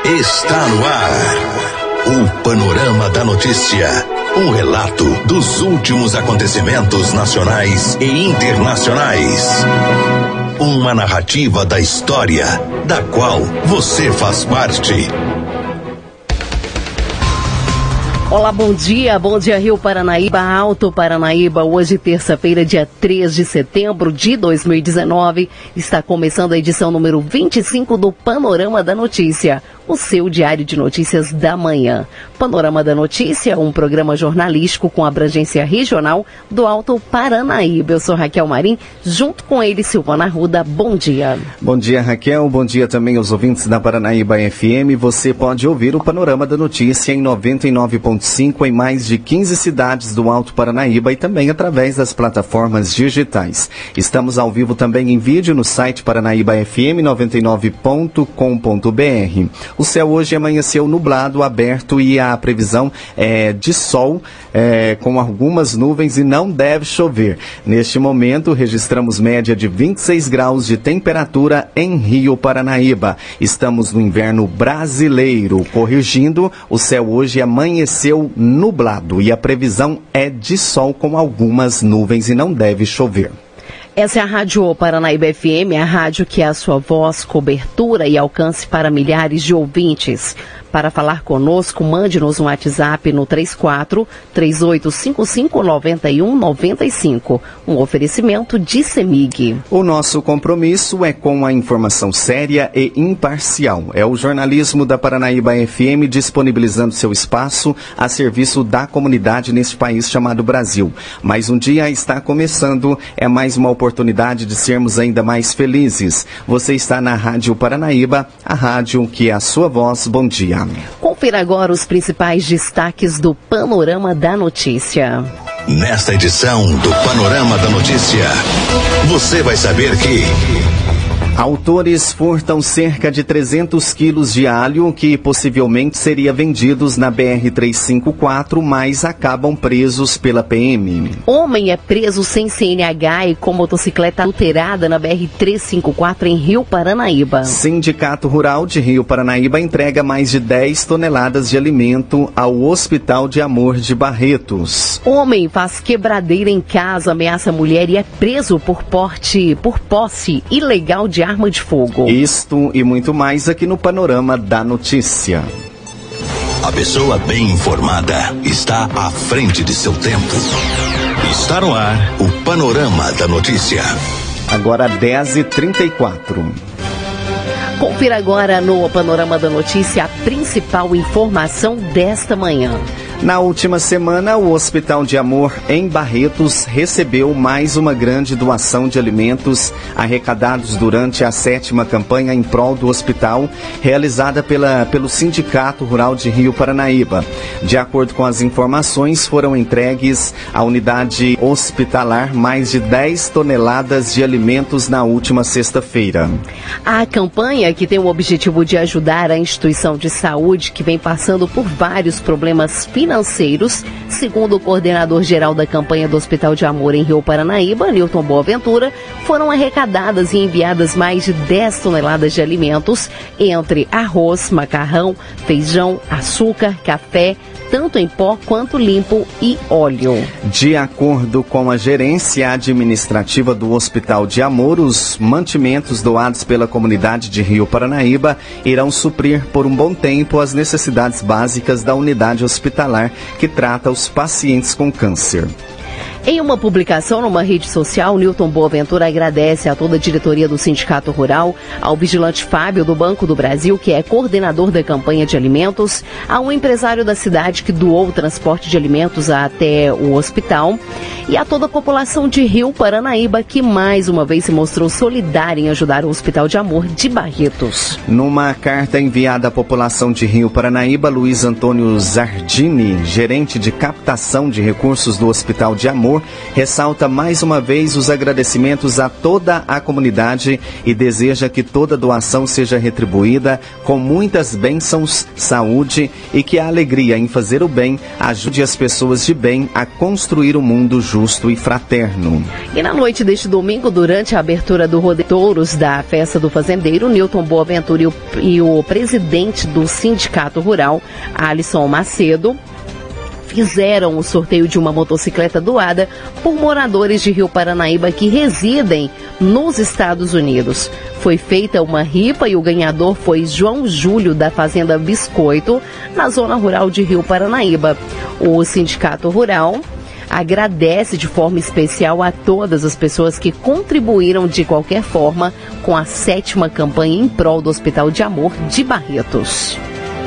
Está no ar o Panorama da Notícia. Um relato dos últimos acontecimentos nacionais e internacionais. Uma narrativa da história, da qual você faz parte. Olá, bom dia Rio Paranaíba, Alto Paranaíba. Hoje, terça-feira, dia 3 de setembro de 2019, está começando a edição número 25 do Panorama da Notícia, o seu diário de notícias da manhã. Panorama da Notícia, um programa jornalístico com abrangência regional do Alto Paranaíba. Eu sou Raquel Marim, junto com ele, Silvana Arruda. Bom dia. Bom dia, Raquel. Bom dia também aos ouvintes da Paranaíba FM. Você pode ouvir o Panorama da Notícia em 99.5 em mais de 15 cidades do Alto Paranaíba e também através das plataformas digitais. Estamos ao vivo também em vídeo no site paranaibafm99.com.br. O céu hoje amanheceu nublado, aberto e a previsão é de sol com algumas nuvens e não deve chover. Neste momento, registramos média de 26 graus de temperatura em Rio Paranaíba. Estamos no inverno brasileiro. Corrigindo, o céu hoje amanheceu nublado e a previsão é de sol com algumas nuvens e não deve chover. Essa é a Rádio Paranaíba FM, a rádio que é a sua voz, cobertura e alcance para milhares de ouvintes. Para falar conosco, mande-nos um WhatsApp no 34-3855-9195. Um oferecimento de CEMIG. O nosso compromisso é com a informação séria e imparcial. É o jornalismo da Paranaíba FM disponibilizando seu espaço a serviço da comunidade neste país chamado Brasil. Mais um dia está começando, é mais uma oportunidade de sermos ainda mais felizes. Você está na Rádio Paranaíba, a rádio que é a sua voz. Bom dia. Confira agora os principais destaques do Panorama da Notícia. Nesta edição do Panorama da Notícia, você vai saber que... Autores furtam cerca de 300 quilos de alho que possivelmente seria vendidos na BR-354, mas acabam presos pela PM. Homem é preso sem CNH e com motocicleta adulterada na BR-354 em Rio Paranaíba. Sindicato Rural de Rio Paranaíba entrega mais de 10 toneladas de alimento ao Hospital de Amor de Barretos. Homem faz quebradeira em casa, ameaça mulher e é preso por posse ilegal de arma de fogo. Isto e muito mais aqui no Panorama da Notícia. A pessoa bem informada está à frente de seu tempo. Está no ar o Panorama da Notícia. Agora 10h34. Confira agora no Panorama da Notícia a principal informação desta manhã. Na última semana, o Hospital de Amor em Barretos recebeu mais uma grande doação de alimentos arrecadados durante a 7ª campanha em prol do hospital, realizada pelo Sindicato Rural de Rio Paranaíba. De acordo com as informações, foram entregues à unidade hospitalar mais de 10 toneladas de alimentos na última sexta-feira. A campanha, que tem o objetivo de ajudar a instituição de saúde que vem passando por vários problemas financeiros, segundo o coordenador-geral da campanha do Hospital de Amor em Rio Paranaíba, Nilton Boaventura, foram arrecadadas e enviadas mais de 10 toneladas de alimentos, entre arroz, macarrão, feijão, açúcar, café, tanto em pó quanto limpo e óleo. De acordo com a gerência administrativa do Hospital de Amor, os mantimentos doados pela comunidade de Rio Paranaíba irão suprir por um bom tempo as necessidades básicas da unidade hospitalar que trata os pacientes com câncer. Em uma publicação numa rede social, Nilton Boaventura agradece a toda a diretoria do Sindicato Rural, ao vigilante Fábio do Banco do Brasil, que é coordenador da campanha de alimentos, a um empresário da cidade que doou o transporte de alimentos até o hospital e a toda a população de Rio Paranaíba, que mais uma vez se mostrou solidária em ajudar o Hospital de Amor de Barretos. Numa carta enviada à população de Rio Paranaíba, Luiz Antônio Zardini, gerente de captação de recursos do Hospital de Amor, vereador ressalta mais uma vez os agradecimentos a toda a comunidade e deseja que toda doação seja retribuída com muitas bênçãos, saúde e que a alegria em fazer o bem ajude as pessoas de bem a construir um mundo justo e fraterno. E na noite deste domingo, durante a abertura do Rodeio Touros da Festa do Fazendeiro, Newton Boaventura e o presidente do Sindicato Rural, Alisson Macedo, fizeram o sorteio de uma motocicleta doada por moradores de Rio Paranaíba que residem nos Estados Unidos. Foi feita uma rifa e o ganhador foi João Júlio, da Fazenda Biscoito, na zona rural de Rio Paranaíba. O Sindicato Rural agradece de forma especial a todas as pessoas que contribuíram de qualquer forma com a 7ª campanha em prol do Hospital de Amor de Barretos.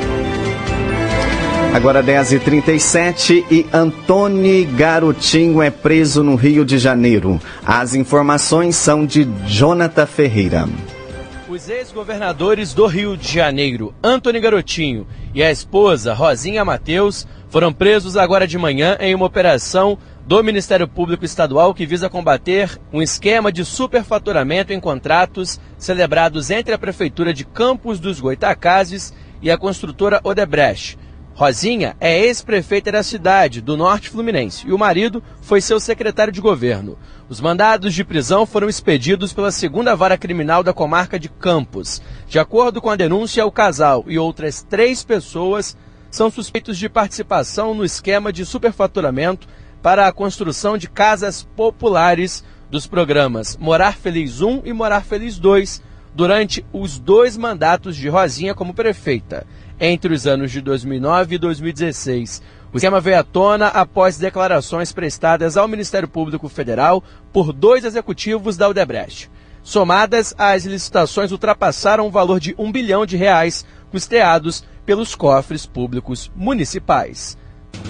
Agora 10h37 e Antônio Garotinho é preso no Rio de Janeiro. As informações são de Jonathan Ferreira. Os ex-governadores do Rio de Janeiro, Antônio Garotinho e a esposa Rosinha Mateus, foram presos agora de manhã em uma operação do Ministério Público Estadual que visa combater um esquema de superfaturamento em contratos celebrados entre a Prefeitura de Campos dos Goytacazes e a construtora Odebrecht. Rosinha é ex-prefeita da cidade, do Norte Fluminense, e o marido foi seu secretário de governo. Os mandados de prisão foram expedidos pela 2ª Vara Criminal da comarca de Campos. De acordo com a denúncia, o casal e outras 3 pessoas são suspeitos de participação no esquema de superfaturamento para a construção de casas populares dos programas Morar Feliz 1 e Morar Feliz 2, durante os 2 mandatos de Rosinha como prefeita, entre os anos de 2009 e 2016. O esquema veio à tona após declarações prestadas ao Ministério Público Federal por 2 executivos da Odebrecht. Somadas, as licitações ultrapassaram o valor de R$1 bilhão custeados pelos cofres públicos municipais.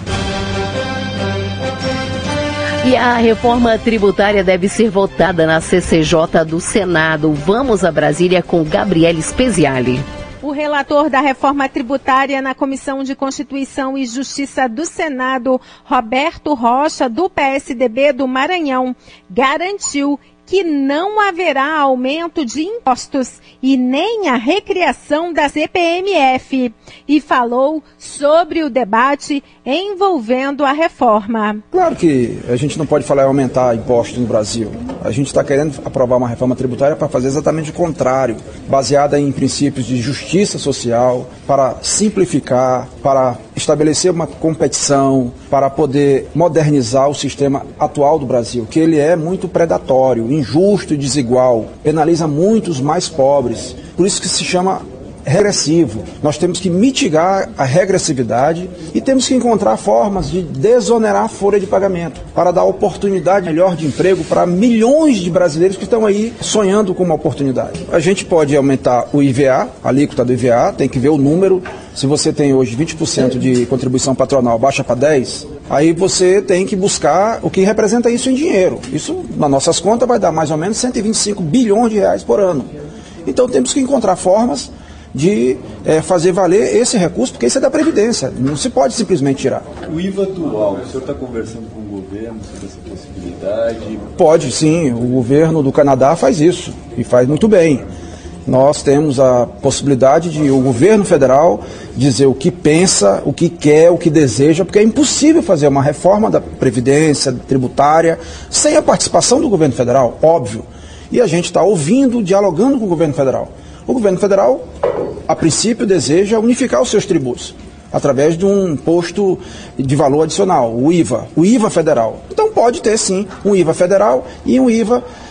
E a reforma tributária deve ser votada na CCJ do Senado. Vamos a Brasília com Gabriela Speziale. O relator da reforma tributária na Comissão de Constituição e Justiça do Senado, Roberto Rocha, do PSDB do Maranhão, garantiu que não haverá aumento de impostos e nem a recriação da CPMF, e falou sobre o debate envolvendo a reforma. Claro que a gente não pode falar em aumentar impostos no Brasil. A gente está querendo aprovar uma reforma tributária para fazer exatamente o contrário, baseada em princípios de justiça social, para simplificar, para estabelecer uma competição, para poder modernizar o sistema atual do Brasil, que ele é muito predatório, injusto e desigual, penaliza muito os mais pobres, por isso que se chama regressivo. Nós temos que mitigar a regressividade e temos que encontrar formas de desonerar a folha de pagamento para dar oportunidade melhor de emprego para milhões de brasileiros que estão aí sonhando com uma oportunidade. A gente pode aumentar o IVA, a alíquota do IVA, tem que ver o número. Se você tem hoje 20% de contribuição patronal, baixa para 10%, aí você tem que buscar o que representa isso em dinheiro. Isso, nas nossas contas, vai dar mais ou menos 125 bilhões de reais por ano. Então temos que encontrar formas de fazer valer esse recurso, porque isso é da Previdência, não se pode simplesmente tirar. O IVA dual, o senhor está conversando com o governo sobre essa possibilidade? Pode sim, o governo do Canadá faz isso, e faz muito bem. Nós temos a possibilidade de o governo federal dizer o que pensa, o que quer, o que deseja, porque é impossível fazer uma reforma da Previdência tributária sem a participação do governo federal, óbvio. E a gente está ouvindo, dialogando com o governo federal. O governo federal, a princípio, deseja unificar os seus tributos através de um imposto de valor adicional, o IVA federal. Então pode ter sim um IVA federal e um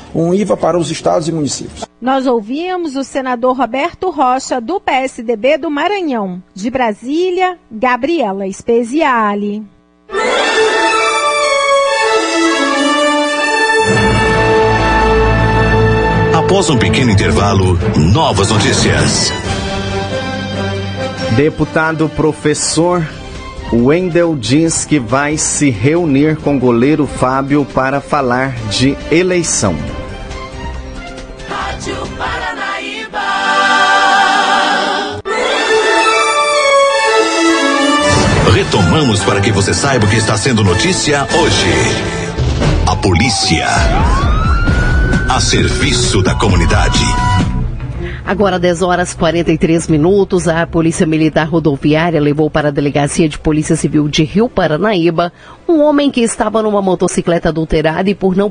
IVA para os estados e municípios. Nós ouvimos o senador Roberto Rocha, do PSDB do Maranhão. De Brasília, Gabriela Speziale. Após um pequeno intervalo, novas notícias. Deputado professor Wendel diz que vai se reunir com o goleiro Fábio para falar de eleição. Rádio Paranaíba. Retomamos para que você saiba o que está sendo notícia hoje. polícia. A serviço da comunidade. Agora 10h43, a Polícia Militar Rodoviária levou para a Delegacia de Polícia Civil de Rio Paranaíba um homem que estava numa motocicleta adulterada e não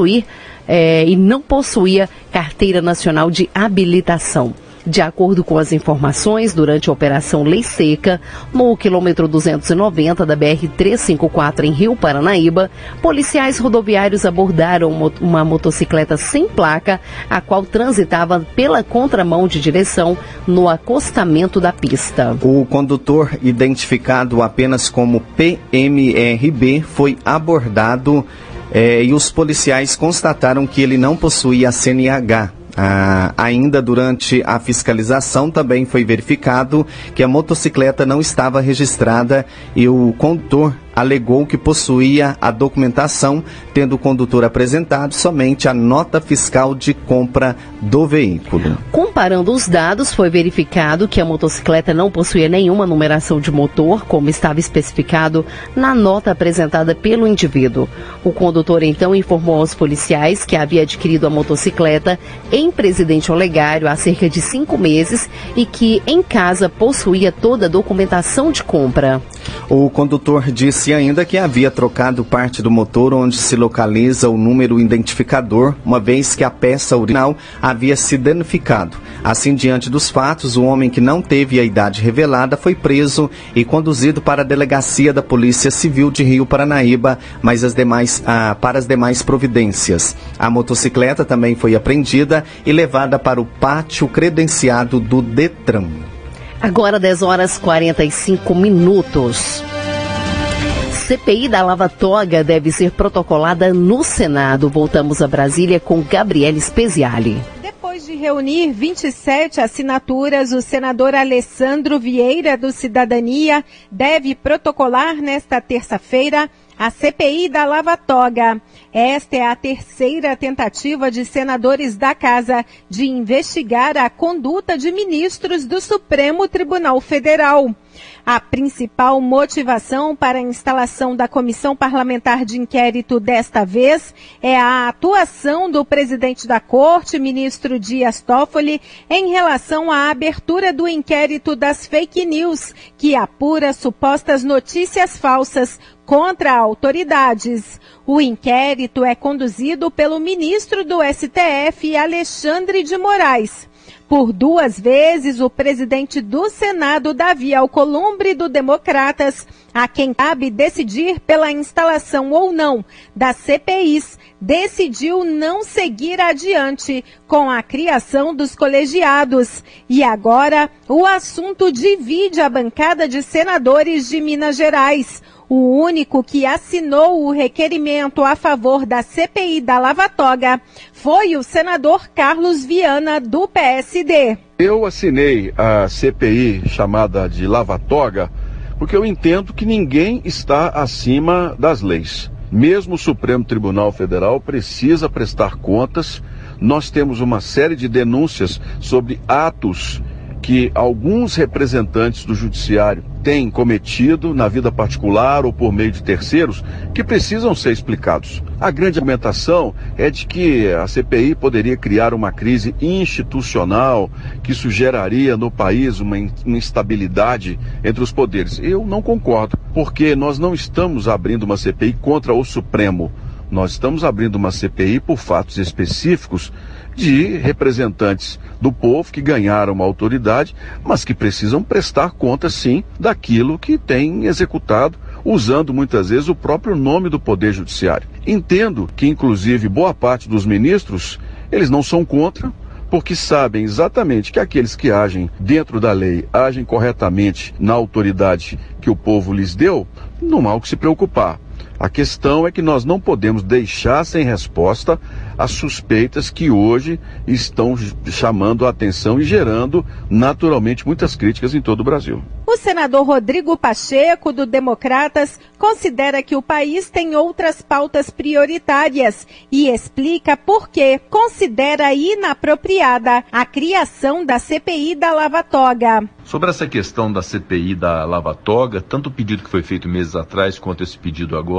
possuía carteira nacional de habilitação. De acordo com as informações, durante a Operação Lei Seca, no quilômetro 290 da BR-354 em Rio Paranaíba, policiais rodoviários abordaram uma motocicleta sem placa, a qual transitava pela contramão de direção no acostamento da pista. O condutor, identificado apenas como PMRB, foi abordado e os policiais constataram que ele não possuía a CNH. Ainda durante a fiscalização também foi verificado que a motocicleta não estava registrada e o condutor alegou que possuía a documentação, tendo o condutor apresentado somente a nota fiscal de compra do veículo. Comparando os dados, foi verificado que a motocicleta não possuía nenhuma numeração de motor, como estava especificado na nota apresentada pelo indivíduo. O condutor então informou aos policiais que havia adquirido a motocicleta em Presidente Olegário há cerca de 5 meses e que em casa possuía toda a documentação de compra. O condutor disse ainda que havia trocado parte do motor onde se localiza o número identificador, uma vez que a peça original havia se danificado. Assim, diante dos fatos, o homem que não teve a idade revelada foi preso e conduzido para a Delegacia da Polícia Civil de Rio Paranaíba, mas para as demais providências. A motocicleta também foi apreendida e levada para o pátio credenciado do Detran. Agora 10h45. CPI da Lava Toga deve ser protocolada no Senado. Voltamos a Brasília com Gabriela Speziale. Depois de reunir 27 assinaturas, o senador Alessandro Vieira, do Cidadania, deve protocolar nesta terça-feira a CPI da Lava Toga. Esta é a terceira tentativa de senadores da Casa de investigar a conduta de ministros do Supremo Tribunal Federal. A principal motivação para a instalação da comissão parlamentar de inquérito desta vez é a atuação do presidente da Corte, ministro Dias Toffoli, em relação à abertura do inquérito das fake news, que apura supostas notícias falsas contra autoridades. O inquérito é conduzido pelo ministro do STF, Alexandre de Moraes. Por 2 vezes, o presidente do Senado, Davi Alcolumbre, do Democratas, a quem cabe decidir pela instalação ou não das CPIs, decidiu não seguir adiante com a criação dos colegiados. E agora, o assunto divide a bancada de senadores de Minas Gerais. O único que assinou o requerimento a favor da CPI da Lava Toga foi o senador Carlos Viana, do PSD. Eu assinei a CPI chamada de Lava Toga porque eu entendo que ninguém está acima das leis. Mesmo o Supremo Tribunal Federal precisa prestar contas. Nós temos uma série de denúncias sobre atos que alguns representantes do judiciário têm cometido na vida particular ou por meio de terceiros que precisam ser explicados. A grande argumentação é de que a CPI poderia criar uma crise institucional, que isso geraria no país uma instabilidade entre os poderes. Eu não concordo, porque nós não estamos abrindo uma CPI contra o Supremo. Nós estamos abrindo uma CPI por fatos específicos de representantes do povo que ganharam uma autoridade, mas que precisam prestar conta, sim, daquilo que têm executado, usando muitas vezes o próprio nome do Poder Judiciário. Entendo que, inclusive, boa parte dos ministros, eles não são contra, porque sabem exatamente que aqueles que agem dentro da lei, agem corretamente na autoridade que o povo lhes deu, não há o que se preocupar. A questão é que nós não podemos deixar sem resposta as suspeitas que hoje estão chamando a atenção e gerando, naturalmente, muitas críticas em todo o Brasil. O senador Rodrigo Pacheco, do Democratas, considera que o país tem outras pautas prioritárias e explica por que considera inapropriada a criação da CPI da Lava Toga. Sobre essa questão da CPI da Lava Toga, tanto o pedido que foi feito meses atrás quanto esse pedido agora,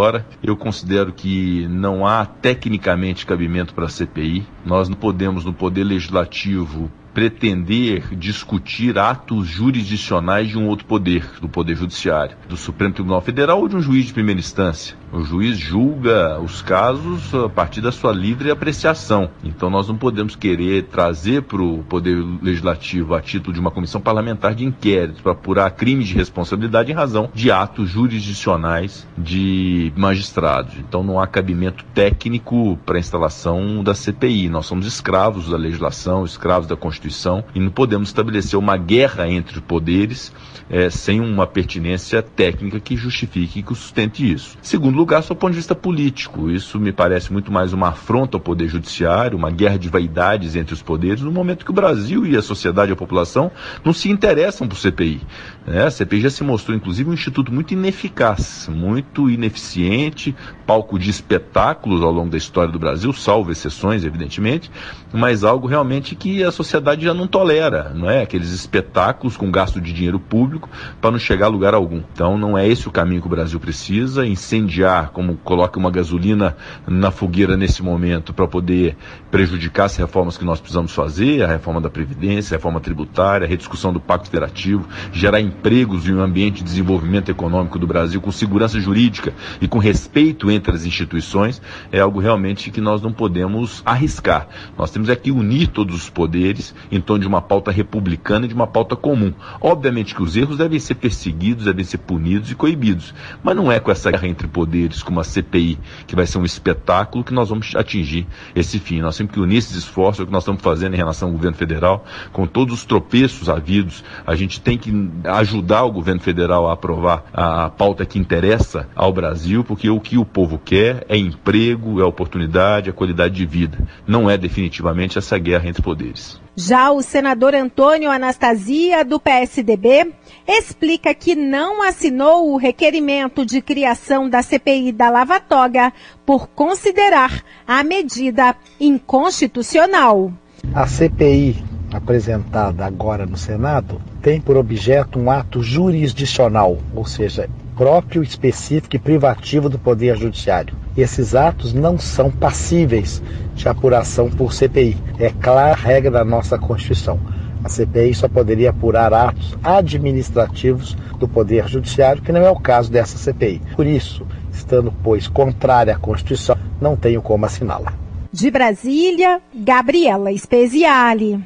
agora. Eu considero que não há tecnicamente cabimento para a CPI. Nós não podemos, no Poder Legislativo, pretender discutir atos jurisdicionais de um outro poder, do Poder Judiciário, do Supremo Tribunal Federal ou de um juiz de primeira instância. O juiz julga os casos a partir da sua livre apreciação. Então nós não podemos querer trazer para o Poder Legislativo, a título de uma comissão parlamentar de inquérito, para apurar crimes de responsabilidade em razão de atos jurisdicionais de magistrados. Então não há cabimento técnico para a instalação da CPI. Nós somos escravos da legislação, escravos da Constituição, e não podemos estabelecer uma guerra entre poderes sem uma pertinência técnica que justifique e que sustente isso. Segundo lugar, do ponto de vista político, isso me parece muito mais uma afronta ao Poder Judiciário, uma guerra de vaidades entre os poderes, no momento que o Brasil e a sociedade e a população não se interessam por CPI. A CPI já se mostrou, inclusive, um instituto muito ineficaz, muito ineficiente, palco de espetáculos ao longo da história do Brasil, salvo exceções, evidentemente, mas algo realmente que a sociedade já não tolera, não é? Aqueles espetáculos com gasto de dinheiro público para não chegar a lugar algum. Então não é esse o caminho que o Brasil precisa, incendiar, como coloca uma gasolina na fogueira nesse momento, para poder prejudicar as reformas que nós precisamos fazer, a reforma da Previdência, a reforma tributária, a rediscussão do Pacto Federativo, gerar empregos e um ambiente de desenvolvimento econômico do Brasil com segurança jurídica e com respeito entre as instituições, é algo realmente que nós não podemos arriscar. Nós temos que unir todos os poderes em torno de uma pauta republicana e de uma pauta comum. Obviamente que os erros devem ser perseguidos, devem ser punidos e coibidos, mas não é com essa guerra entre poderes, como a CPI, que vai ser um espetáculo, que nós vamos atingir esse fim. Nós temos que unir esses esforços, é o que nós estamos fazendo em relação ao governo federal, com todos os tropeços havidos. A gente tem que ajudar o governo federal a aprovar a pauta que interessa ao Brasil, porque o que o povo quer é emprego, é oportunidade, é qualidade de vida. Não é definitivamente essa guerra entre poderes. Já o senador Antônio Anastasia, do PSDB, explica que não assinou o requerimento de criação da CPI da Lava Toga por considerar a medida inconstitucional. A CPI apresentada agora no Senado tem por objeto um ato jurisdicional, ou seja, próprio, específico e privativo do Poder Judiciário. Esses atos não são passíveis de apuração por CPI. É clara a regra da nossa Constituição. A CPI só poderia apurar atos administrativos do Poder Judiciário, que não é o caso dessa CPI. Por isso, estando, pois, contrária à Constituição, não tenho como assiná-la. De Brasília, Gabriela Speziale.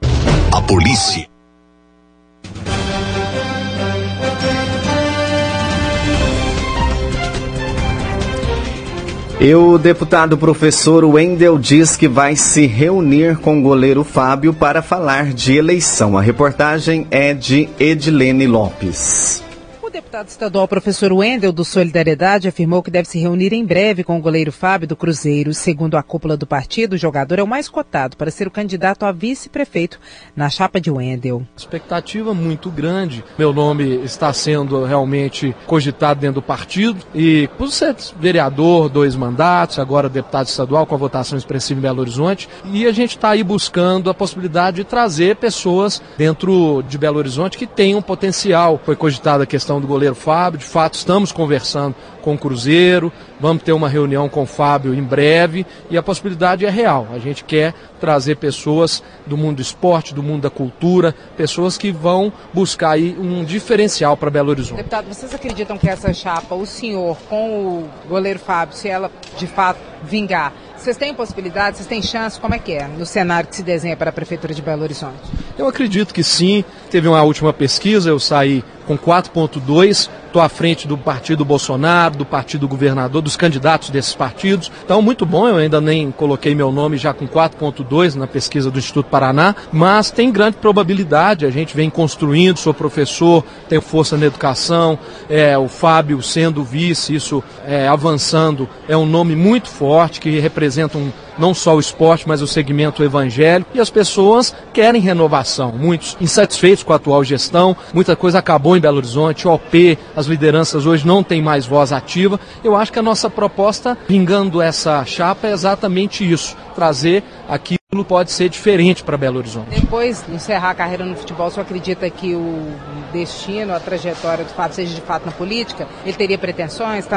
A polícia. E o deputado professor Wendel diz que vai se reunir com o goleiro Fábio para falar de eleição. A reportagem é de Edilene Lopes. O deputado estadual professor Wendel, do Solidariedade, afirmou que deve se reunir em breve com o goleiro Fábio do Cruzeiro. Segundo a cúpula do partido, o jogador é o mais cotado para ser o candidato a vice-prefeito na chapa de Wendel. Expectativa muito grande. Meu nome está sendo realmente cogitado dentro do partido e por ser vereador, 2 mandatos, agora deputado estadual com a votação expressiva em Belo Horizonte, e a gente está aí buscando a possibilidade de trazer pessoas dentro de Belo Horizonte que tenham potencial. Foi cogitada a questão do goleiro Fábio, de fato estamos conversando com o Cruzeiro, vamos ter uma reunião com o Fábio em breve e a possibilidade é real. A gente quer trazer pessoas do mundo do esporte, do mundo da cultura, pessoas que vão buscar aí um diferencial para Belo Horizonte. Deputado, vocês acreditam que essa chapa, o senhor com o goleiro Fábio, se ela de fato vingar, vocês têm possibilidade, vocês têm chance, como é que é no cenário que se desenha para a Prefeitura de Belo Horizonte? Eu acredito que sim. Teve uma última pesquisa, eu saí com 4,2, estou à frente do partido Bolsonaro, do partido governador, dos candidatos desses partidos. Então, muito bom, eu ainda nem coloquei meu nome já com 4,2 na pesquisa do Instituto Paraná, mas tem grande probabilidade, a gente vem construindo, sou professor, tenho força na educação, o Fábio sendo vice, isso avançando, é um nome muito forte que representa não só o esporte, mas o segmento evangélico, e as pessoas querem renovação, muitos insatisfeitos com a atual gestão, muita coisa acabou em Belo Horizonte, OP, as lideranças hoje não têm mais voz ativa. Eu acho que a nossa proposta, vingando essa chapa, é exatamente isso, trazer aquilo que pode ser diferente para Belo Horizonte. Depois de encerrar a carreira no futebol, você acredita que o destino, a trajetória do Fábio seja de fato na política? Ele teria pretensões, tanto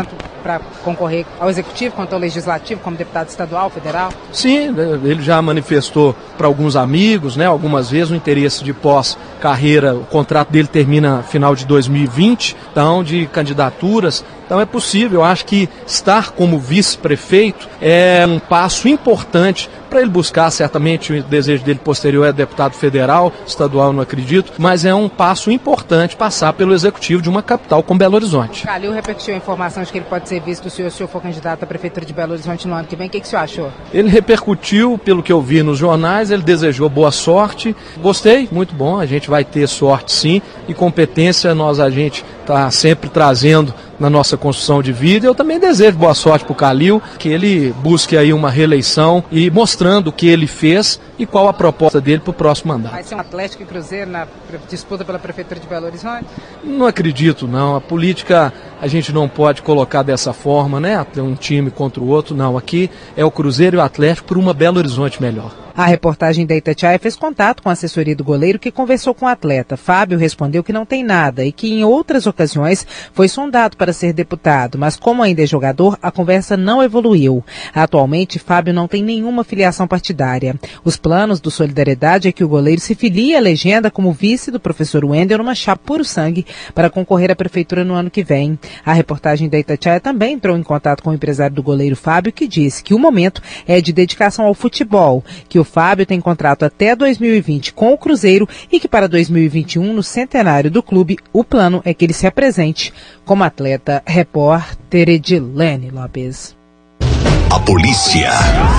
para concorrer ao Executivo, quanto ao Legislativo, como deputado estadual, federal? Sim, ele já manifestou para alguns amigos, né, algumas vezes, o interesse de pós-carreira. O contrato dele termina final de 2020, então de candidaturas. Então é possível, eu acho que estar como vice-prefeito é um passo importante para ele buscar, certamente o desejo dele posterior é deputado federal, estadual não acredito, mas é um passo importante passar pelo executivo de uma capital como Belo Horizonte. Calil repercutiu a informação de que ele pode ser vice do senhor se o senhor for candidato à prefeitura de Belo Horizonte no ano que vem. O que o senhor achou? Ele repercutiu, pelo que eu vi nos jornais, ele desejou boa sorte. Gostei, muito bom, a gente vai ter sorte sim, e competência a gente está sempre trazendo na nossa construção de vida. Eu também desejo boa sorte para o Calil, que ele busque aí uma reeleição e mostrando o que ele fez e qual a proposta dele para o próximo mandato. Vai ser um Atlético e Cruzeiro na disputa pela prefeitura de Belo Horizonte? Não acredito, não. A política a gente não pode colocar dessa forma, né? Um time contra o outro, não. Aqui é o Cruzeiro e o Atlético por uma Belo Horizonte melhor. A reportagem da Itatiaia fez contato com a assessoria do goleiro, que conversou com o atleta. Fábio respondeu que não tem nada e que em outras ocasiões foi sondado para ser deputado, mas como ainda é jogador, a conversa não evoluiu. Atualmente, Fábio não tem nenhuma filiação partidária. Os planos do Solidariedade é que o goleiro se filie à legenda como vice do professor Wendel numa chapa puro sangue para concorrer à prefeitura no ano que vem. A reportagem da Itatiaia também entrou em contato com o empresário do goleiro Fábio, que disse que o momento é de dedicação ao futebol, que o Fábio tem contrato até 2020 com o Cruzeiro e que para 2021, no centenário do clube, o plano é que ele se apresente como atleta. Repórter Edilene Lopes. A polícia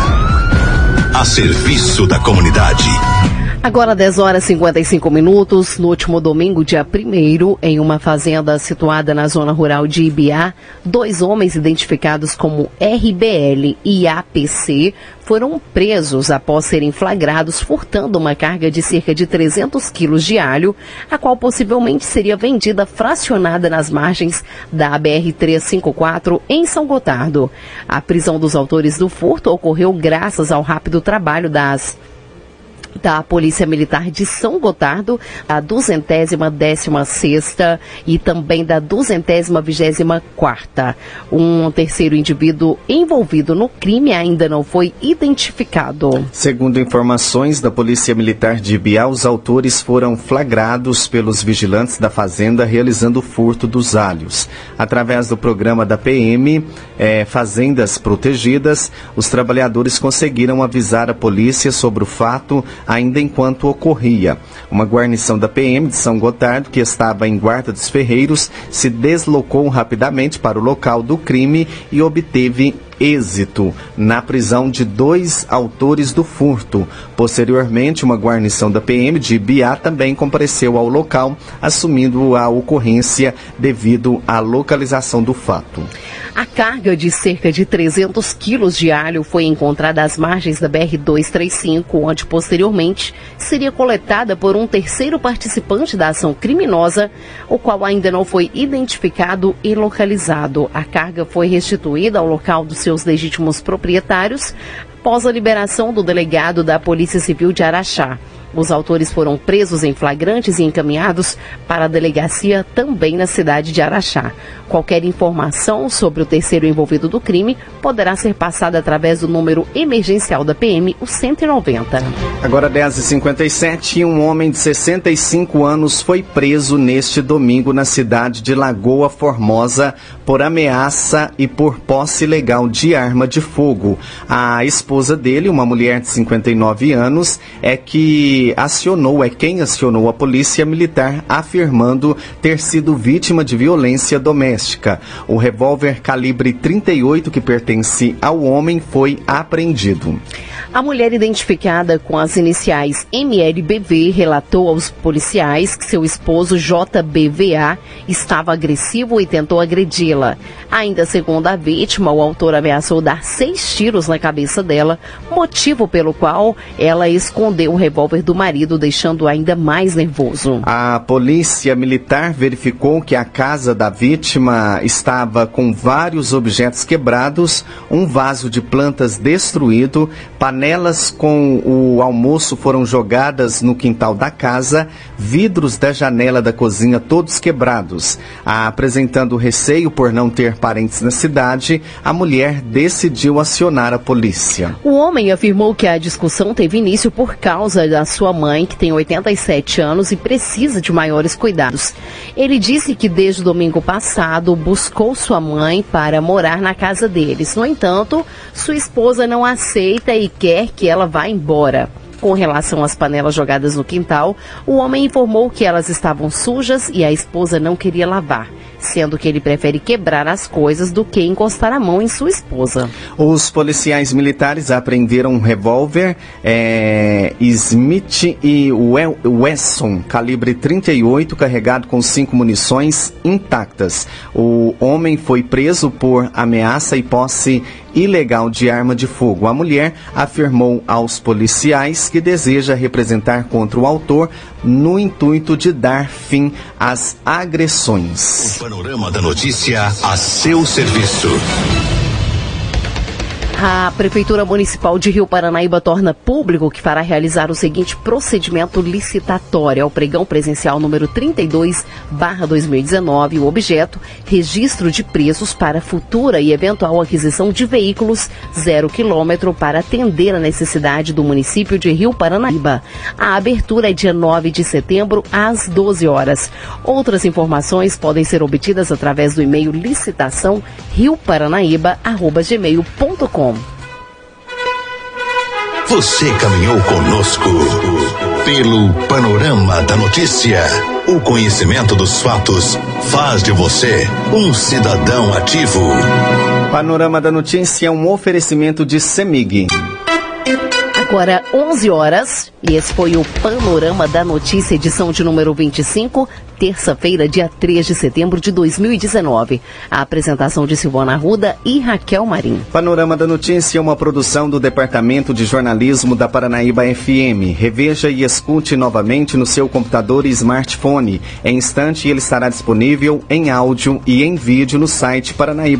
a serviço da comunidade. Agora 10 horas e 55 minutos, no último domingo, dia 1º, em uma fazenda situada na zona rural de Ibiá, 2 homens identificados como RBL e APC foram presos após serem flagrados furtando uma carga de cerca de 300 quilos de alho, a qual possivelmente seria vendida fracionada nas margens da BR-354 em São Gotardo. A prisão dos autores do furto ocorreu graças ao rápido trabalho da Polícia Militar de São Gotardo, a 216ª e também da 224ª. Um terceiro indivíduo envolvido no crime ainda não foi identificado. Segundo informações da Polícia Militar de Ibiá, os autores foram flagrados pelos vigilantes da fazenda realizando o furto dos alhos. Através do programa da PM, Fazendas Protegidas, os trabalhadores conseguiram avisar a polícia sobre o fato ainda enquanto ocorria. Uma guarnição da PM de São Gotardo, que estava em Guarda dos Ferreiros, se deslocou rapidamente para o local do crime e obteve êxito na prisão de 2 autores do furto. Posteriormente, uma guarnição da PM de Ibiá também compareceu ao local, assumindo a ocorrência devido à localização do fato. A carga de cerca de 300 quilos de alho foi encontrada às margens da BR-235, onde posteriormente seria coletada por um terceiro participante da ação criminosa, o qual ainda não foi identificado e localizado. A carga foi restituída ao local dos seus legítimos proprietários após a liberação do delegado da Polícia Civil de Araxá. Os autores foram presos em flagrantes e encaminhados para a delegacia também na cidade de Araxá. Qualquer informação sobre o terceiro envolvido do crime poderá ser passada através do número emergencial da PM, o 190. Agora 10h57, um homem de 65 anos foi preso neste domingo na cidade de Lagoa Formosa por ameaça e por posse ilegal de arma de fogo. A esposa dele, uma mulher de 59 anos, quem acionou a polícia militar, afirmando ter sido vítima de violência doméstica. O revólver calibre 38 que pertence ao homem foi apreendido. A mulher, identificada com as iniciais MLBV, relatou aos policiais que seu esposo JBVA estava agressivo e tentou agredi-la. Ainda segundo a vítima, o autor ameaçou dar 6 tiros na cabeça dela, motivo pelo qual ela escondeu o revólver do marido, deixando ainda mais nervoso. A polícia militar verificou que a casa da vítima estava com vários objetos quebrados, um vaso de plantas destruído, panelas com o almoço foram jogadas no quintal da casa, vidros da janela da cozinha todos quebrados. Apresentando receio por não ter parentes na cidade, a mulher decidiu acionar a polícia. O homem afirmou que a discussão teve início por causa da sua mãe, que tem 87 anos e precisa de maiores cuidados. Ele disse que desde o domingo passado buscou sua mãe para morar na casa deles. No entanto, sua esposa não aceita e quer que ela vá embora. Com relação às panelas jogadas no quintal, o homem informou que elas estavam sujas e a esposa não queria lavar, sendo que ele prefere quebrar as coisas do que encostar a mão em sua esposa. Os policiais militares apreenderam um revólver Smith e Wesson, calibre 38, carregado com 5 munições intactas. O homem foi preso por ameaça e posse ilegal de arma de fogo. A mulher afirmou aos policiais que deseja representar contra o autor no intuito de dar fim às agressões. O panorama da notícia a seu serviço. A Prefeitura Municipal de Rio Paranaíba torna público que fará realizar o seguinte procedimento licitatório ao pregão presencial número 32/2019. O objeto, registro de preços para futura e eventual aquisição de veículos 0 km para atender a necessidade do município de Rio Paranaíba. A abertura é dia 9 de setembro, às 12 horas. Outras informações podem ser obtidas através do e-mail licitação.rioparanaíba@gmail.com. Você caminhou conosco pelo panorama da notícia. O conhecimento dos fatos faz de você um cidadão ativo. Panorama da notícia é um oferecimento de CEMIG. Agora 11 horas, e esse foi o Panorama da Notícia, edição de número 25, terça-feira, dia 3 de setembro de 2019. A apresentação de Silvana Arruda e Raquel Marim. Panorama da Notícia é uma produção do Departamento de Jornalismo da Paranaíba FM. Reveja e escute novamente no seu computador e smartphone. Em instante, ele estará disponível em áudio e em vídeo no site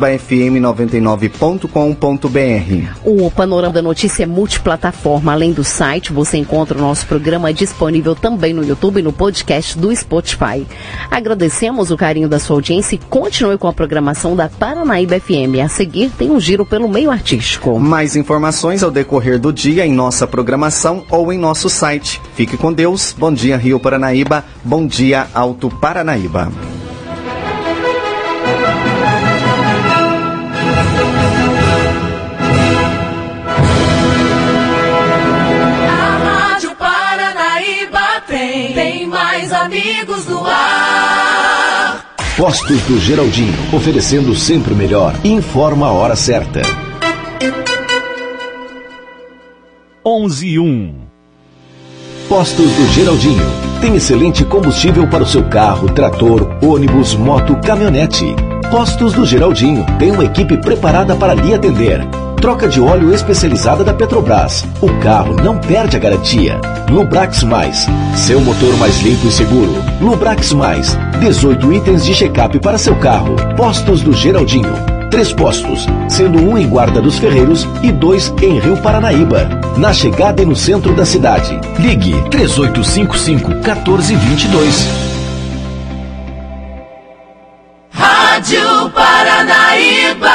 paranaibafm99.com.br. O Panorama da Notícia é multiplataforma. Além do site, você encontra o nosso programa disponível também no YouTube e no podcast do Spotify. Agradecemos o carinho da sua audiência e continue com a programação da Paranaíba FM. A seguir, tem um giro pelo meio artístico. Mais informações ao decorrer do dia em nossa programação ou em nosso site. Fique com Deus. Bom dia, Rio Paranaíba. Bom dia, Alto Paranaíba. Tem mais amigos no ar. Postos do Geraldinho, oferecendo sempre o melhor. Informa a hora certa. 11:01. Postos do Geraldinho. Tem excelente combustível para o seu carro, trator, ônibus, moto, caminhonete. Postos do Geraldinho. Tem uma equipe preparada para lhe atender. Troca de óleo especializada da Petrobras. O carro não perde a garantia. Lubrax Mais. Seu motor mais limpo e seguro. Lubrax Mais. 18 itens de check-up para seu carro. Postos do Geraldinho. 3 postos, sendo 1 em Guarda dos Ferreiros e 2 em Rio Paranaíba. Na chegada e no centro da cidade. Ligue 3855-1422. Rádio Paranaíba.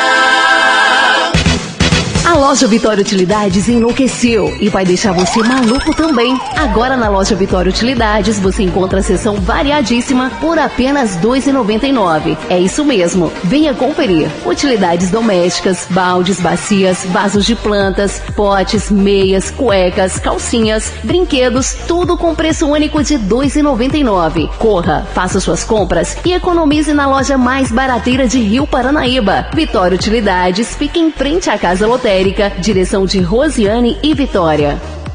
A loja Vitória Utilidades enlouqueceu e vai deixar você maluco também. Agora na loja Vitória Utilidades você encontra a seção variadíssima por apenas R$ 2,99. É isso mesmo, venha conferir. Utilidades domésticas, baldes, bacias, vasos de plantas, potes, meias, cuecas, calcinhas, brinquedos, tudo com preço único de R$ 2,99. Corra, faça suas compras e economize na loja mais barateira de Rio Paranaíba. Vitória Utilidades fica em frente à Casa Lotérica, direção de Rosiane e Vitória.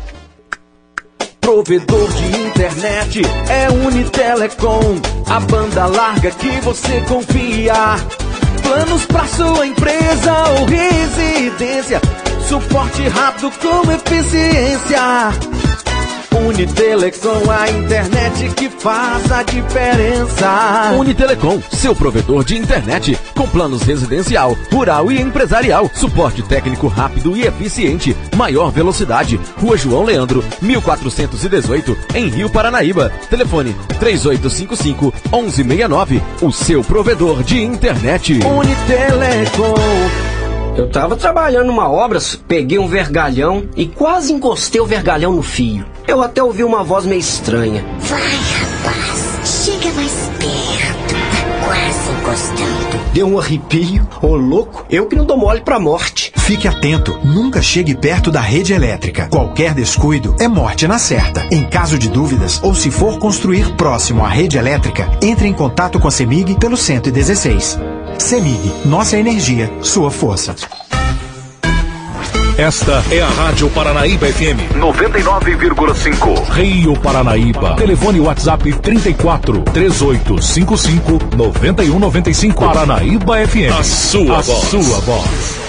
Provedor de internet é Unitelecom, a banda larga que você confia. Planos pra sua empresa ou residência, suporte rápido com eficiência. Unitelecom, a internet que faz a diferença. Unitelecom, seu provedor de internet, com planos residencial, rural e empresarial, suporte técnico rápido e eficiente, maior velocidade. Rua João Leandro, 1418, em Rio Paranaíba. Telefone 3855-1169, o seu provedor de internet. Unitelecom. Eu tava trabalhando numa obra, peguei um vergalhão e quase encostei o vergalhão no fio. Eu até ouvi uma voz meio estranha. Vai, rapaz, chega mais perto, tá quase encostando. Deu um arrepio, ô louco, eu que não dou mole pra morte. Fique atento, nunca chegue perto da rede elétrica. Qualquer descuido é morte na certa. Em caso de dúvidas ou se for construir próximo à rede elétrica, entre em contato com a CEMIG pelo 116. CEMIG, nossa energia, sua força. Esta é a Rádio Paranaíba FM 99,5. Rio Paranaíba. Telefone WhatsApp 34 3855 9195. Paranaíba FM. A sua voz.